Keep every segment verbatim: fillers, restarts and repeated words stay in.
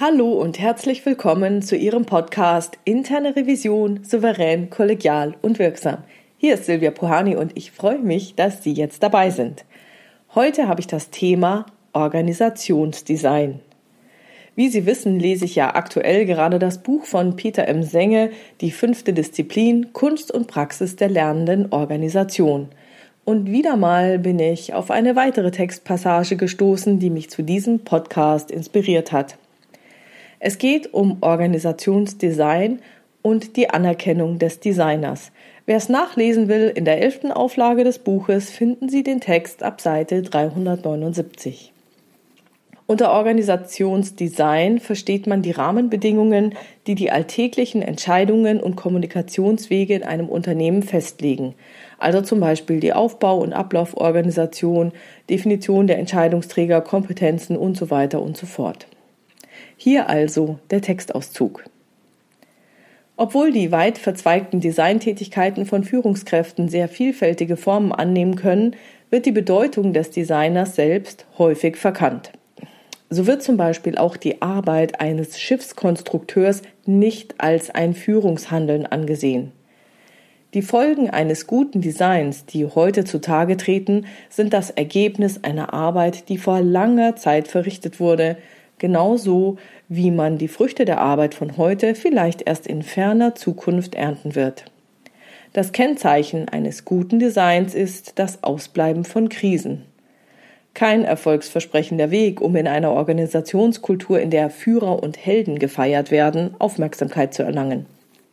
Hallo und herzlich willkommen zu Ihrem Podcast Interne Revision souverän, kollegial und wirksam. Hier ist Silvia Puhani und ich freue mich, dass Sie jetzt dabei sind. Heute habe ich das Thema Organisationsdesign. Wie Sie wissen, lese ich ja aktuell gerade das Buch von Peter M. Senge, Die fünfte Disziplin, Kunst und Praxis der lernenden Organisation. Und wieder mal bin ich auf eine weitere Textpassage gestoßen, die mich zu diesem Podcast inspiriert hat. Es geht um Organisationsdesign und die Anerkennung des Designers. Wer es nachlesen will, in der elften Auflage des Buches finden Sie den Text ab Seite dreihundertneunundsiebzig. Unter Organisationsdesign versteht man die Rahmenbedingungen, die die alltäglichen Entscheidungen und Kommunikationswege in einem Unternehmen festlegen. Also zum Beispiel die Aufbau- und Ablauforganisation, Definition der Entscheidungsträger, Kompetenzen und so weiter und so fort. Hier also der Textauszug. Obwohl die weit verzweigten Designtätigkeiten von Führungskräften sehr vielfältige Formen annehmen können, wird die Bedeutung des Designers selbst häufig verkannt. So wird zum Beispiel auch die Arbeit eines Schiffskonstrukteurs nicht als ein Führungshandeln angesehen. Die Folgen eines guten Designs, die heute zutage treten, sind das Ergebnis einer Arbeit, die vor langer Zeit verrichtet wurde, genauso wie man die Früchte der Arbeit von heute vielleicht erst in ferner Zukunft ernten wird. Das Kennzeichen eines guten Designs ist das Ausbleiben von Krisen. Kein erfolgsversprechender Weg, um in einer Organisationskultur, in der Führer und Helden gefeiert werden, Aufmerksamkeit zu erlangen.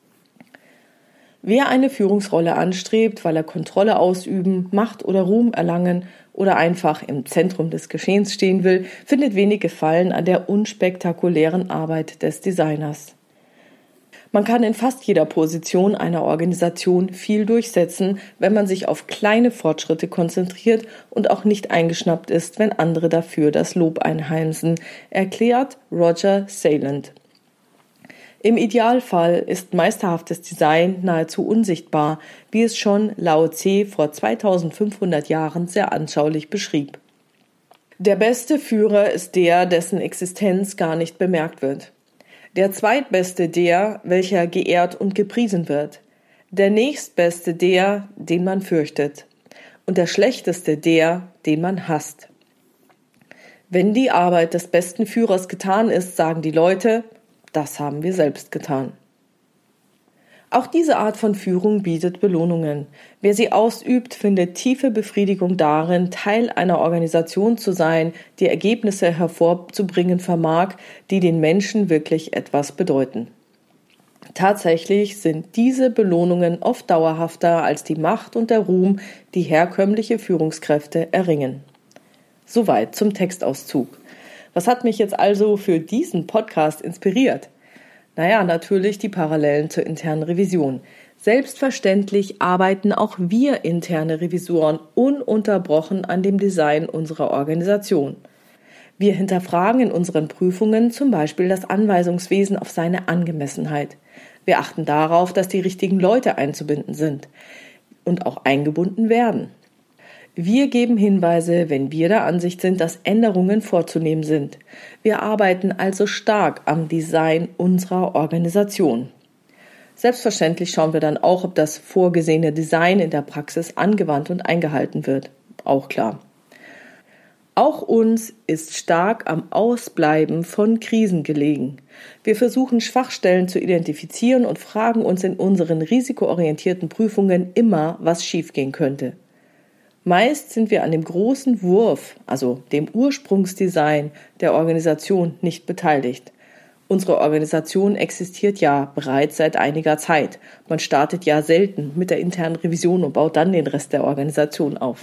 Wer eine Führungsrolle anstrebt, weil er Kontrolle ausüben, Macht oder Ruhm erlangen oder einfach im Zentrum des Geschehens stehen will, findet wenig Gefallen an der unspektakulären Arbeit des Designers. Man kann in fast jeder Position einer Organisation viel durchsetzen, wenn man sich auf kleine Fortschritte konzentriert und auch nicht eingeschnappt ist, wenn andere dafür das Lob einheimsen, erklärt Roger Sayland. Im Idealfall ist meisterhaftes Design nahezu unsichtbar, wie es schon Lao Tse vor zweitausendfünfhundert Jahren sehr anschaulich beschrieb. Der beste Führer ist der, dessen Existenz gar nicht bemerkt wird. Der zweitbeste der, welcher geehrt und gepriesen wird. Der nächstbeste der, den man fürchtet. Und der schlechteste der, den man hasst. Wenn die Arbeit des besten Führers getan ist, sagen die Leute, das haben wir selbst getan. Auch diese Art von Führung bietet Belohnungen. Wer sie ausübt, findet tiefe Befriedigung darin, Teil einer Organisation zu sein, die Ergebnisse hervorzubringen vermag, die den Menschen wirklich etwas bedeuten. Tatsächlich sind diese Belohnungen oft dauerhafter als die Macht und der Ruhm, die herkömmliche Führungskräfte erringen. Soweit zum Textauszug. Was hat mich jetzt also für diesen Podcast inspiriert? Naja, natürlich die Parallelen zur internen Revision. Selbstverständlich arbeiten auch wir interne Revisoren ununterbrochen an dem Design unserer Organisation. Wir hinterfragen in unseren Prüfungen zum Beispiel das Anweisungswesen auf seine Angemessenheit. Wir achten darauf, dass die richtigen Leute einzubinden sind und auch eingebunden werden. Wir geben Hinweise, wenn wir der Ansicht sind, dass Änderungen vorzunehmen sind. Wir arbeiten also stark am Design unserer Organisation. Selbstverständlich schauen wir dann auch, ob das vorgesehene Design in der Praxis angewandt und eingehalten wird. Auch klar. Auch uns ist stark am Ausbleiben von Krisen gelegen. Wir versuchen, Schwachstellen zu identifizieren und fragen uns in unseren risikoorientierten Prüfungen immer, was schiefgehen könnte. Meist sind wir an dem großen Wurf, also dem Ursprungsdesign der Organisation, nicht beteiligt. Unsere Organisation existiert ja bereits seit einiger Zeit. Man startet ja selten mit der internen Revision und baut dann den Rest der Organisation auf.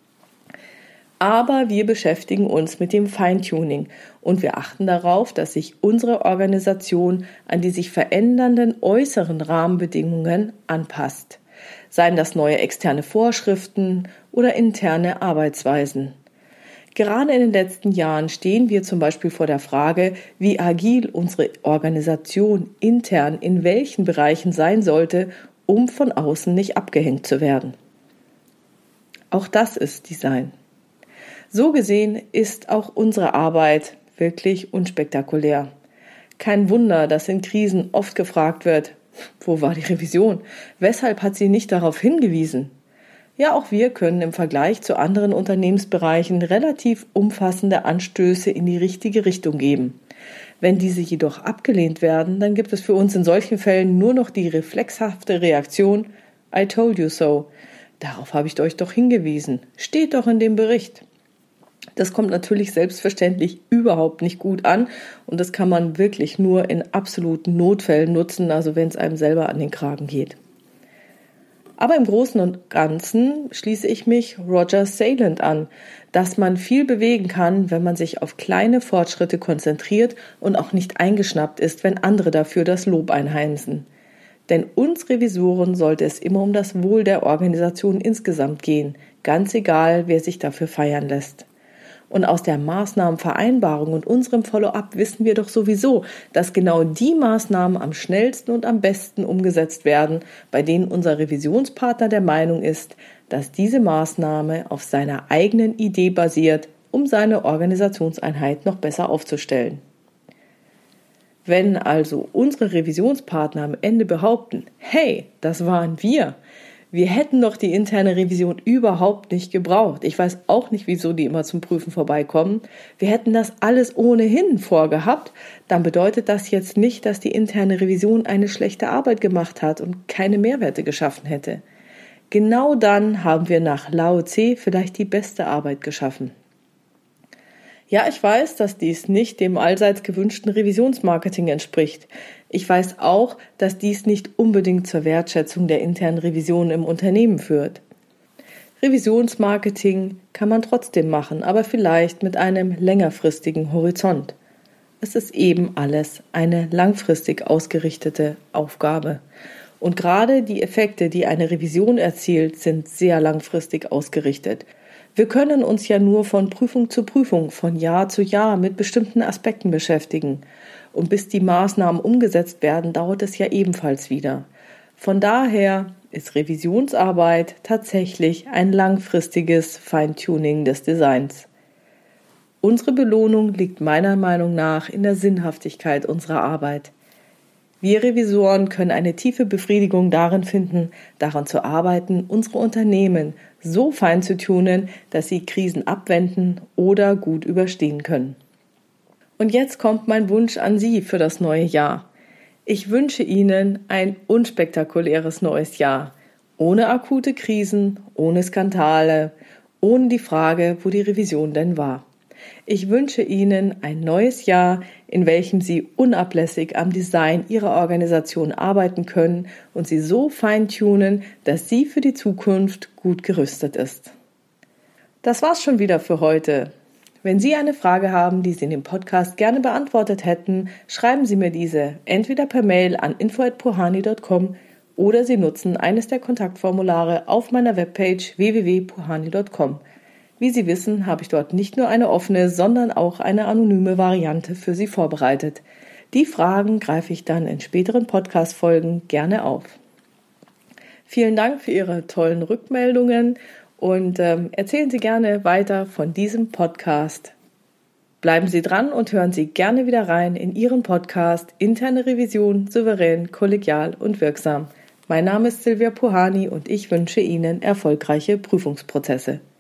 Aber wir beschäftigen uns mit dem Feintuning und wir achten darauf, dass sich unsere Organisation an die sich verändernden äußeren Rahmenbedingungen anpasst. Seien das neue externe Vorschriften oder interne Arbeitsweisen. Gerade in den letzten Jahren stehen wir zum Beispiel vor der Frage, wie agil unsere Organisation intern in welchen Bereichen sein sollte, um von außen nicht abgehängt zu werden. Auch das ist Design. So gesehen ist auch unsere Arbeit wirklich unspektakulär. Kein Wunder, dass in Krisen oft gefragt wird, wo war die Revision? Weshalb hat sie nicht darauf hingewiesen? Ja, auch wir können im Vergleich zu anderen Unternehmensbereichen relativ umfassende Anstöße in die richtige Richtung geben. Wenn diese jedoch abgelehnt werden, dann gibt es für uns in solchen Fällen nur noch die reflexhafte Reaktion I told you so. Darauf habe ich euch doch hingewiesen. Steht doch in dem Bericht. Das kommt natürlich selbstverständlich überhaupt nicht gut an und das kann man wirklich nur in absoluten Notfällen nutzen, also wenn es einem selber an den Kragen geht. Aber im Großen und Ganzen schließe ich mich Roger Sayland an, dass man viel bewegen kann, wenn man sich auf kleine Fortschritte konzentriert und auch nicht eingeschnappt ist, wenn andere dafür das Lob einheimsen. Denn uns Revisoren sollte es immer um das Wohl der Organisation insgesamt gehen, ganz egal, wer sich dafür feiern lässt. Und aus der Maßnahmenvereinbarung und unserem Follow-up wissen wir doch sowieso, dass genau die Maßnahmen am schnellsten und am besten umgesetzt werden, bei denen unser Revisionspartner der Meinung ist, dass diese Maßnahme auf seiner eigenen Idee basiert, um seine Organisationseinheit noch besser aufzustellen. Wenn also unsere Revisionspartner am Ende behaupten, hey, das waren wir, wir hätten doch die interne Revision überhaupt nicht gebraucht. Ich weiß auch nicht, wieso die immer zum Prüfen vorbeikommen. Wir hätten das alles ohnehin vorgehabt. Dann bedeutet das jetzt nicht, dass die interne Revision eine schlechte Arbeit gemacht hat und keine Mehrwerte geschaffen hätte. Genau dann haben wir nach Lao Tse vielleicht die beste Arbeit geschaffen. Ja, ich weiß, dass dies nicht dem allseits gewünschten Revisionsmarketing entspricht. Ich weiß auch, dass dies nicht unbedingt zur Wertschätzung der internen Revision im Unternehmen führt. Revisionsmarketing kann man trotzdem machen, aber vielleicht mit einem längerfristigen Horizont. Es ist eben alles eine langfristig ausgerichtete Aufgabe. Und gerade die Effekte, die eine Revision erzielt, sind sehr langfristig ausgerichtet. Wir können uns ja nur von Prüfung zu Prüfung, von Jahr zu Jahr mit bestimmten Aspekten beschäftigen. Und bis die Maßnahmen umgesetzt werden, dauert es ja ebenfalls wieder. Von daher ist Revisionsarbeit tatsächlich ein langfristiges Feintuning des Designs. Unsere Belohnung liegt meiner Meinung nach in der Sinnhaftigkeit unserer Arbeit. Wir Revisoren können eine tiefe Befriedigung darin finden, daran zu arbeiten, unsere Unternehmen so fein zu tunen, dass sie Krisen abwenden oder gut überstehen können. Und jetzt kommt mein Wunsch an Sie für das neue Jahr. Ich wünsche Ihnen ein unspektakuläres neues Jahr, ohne akute Krisen, ohne Skandale, ohne die Frage, wo die Revision denn war. Ich wünsche Ihnen ein neues Jahr, in welchem Sie unablässig am Design Ihrer Organisation arbeiten können und sie so feintunen, dass sie für die Zukunft gut gerüstet ist. Das war's schon wieder für heute. Wenn Sie eine Frage haben, die Sie in dem Podcast gerne beantwortet hätten, schreiben Sie mir diese entweder per Mail an info at puhani punkt com oder Sie nutzen eines der Kontaktformulare auf meiner Webpage w w w punkt puhani punkt com. Wie Sie wissen, habe ich dort nicht nur eine offene, sondern auch eine anonyme Variante für Sie vorbereitet. Die Fragen greife ich dann in späteren Podcast-Folgen gerne auf. Vielen Dank für Ihre tollen Rückmeldungen und ähm, erzählen Sie gerne weiter von diesem Podcast. Bleiben Sie dran und hören Sie gerne wieder rein in Ihren Podcast Interne Revision, souverän, kollegial und wirksam. Mein Name ist Silvia Puhani und ich wünsche Ihnen erfolgreiche Prüfungsprozesse.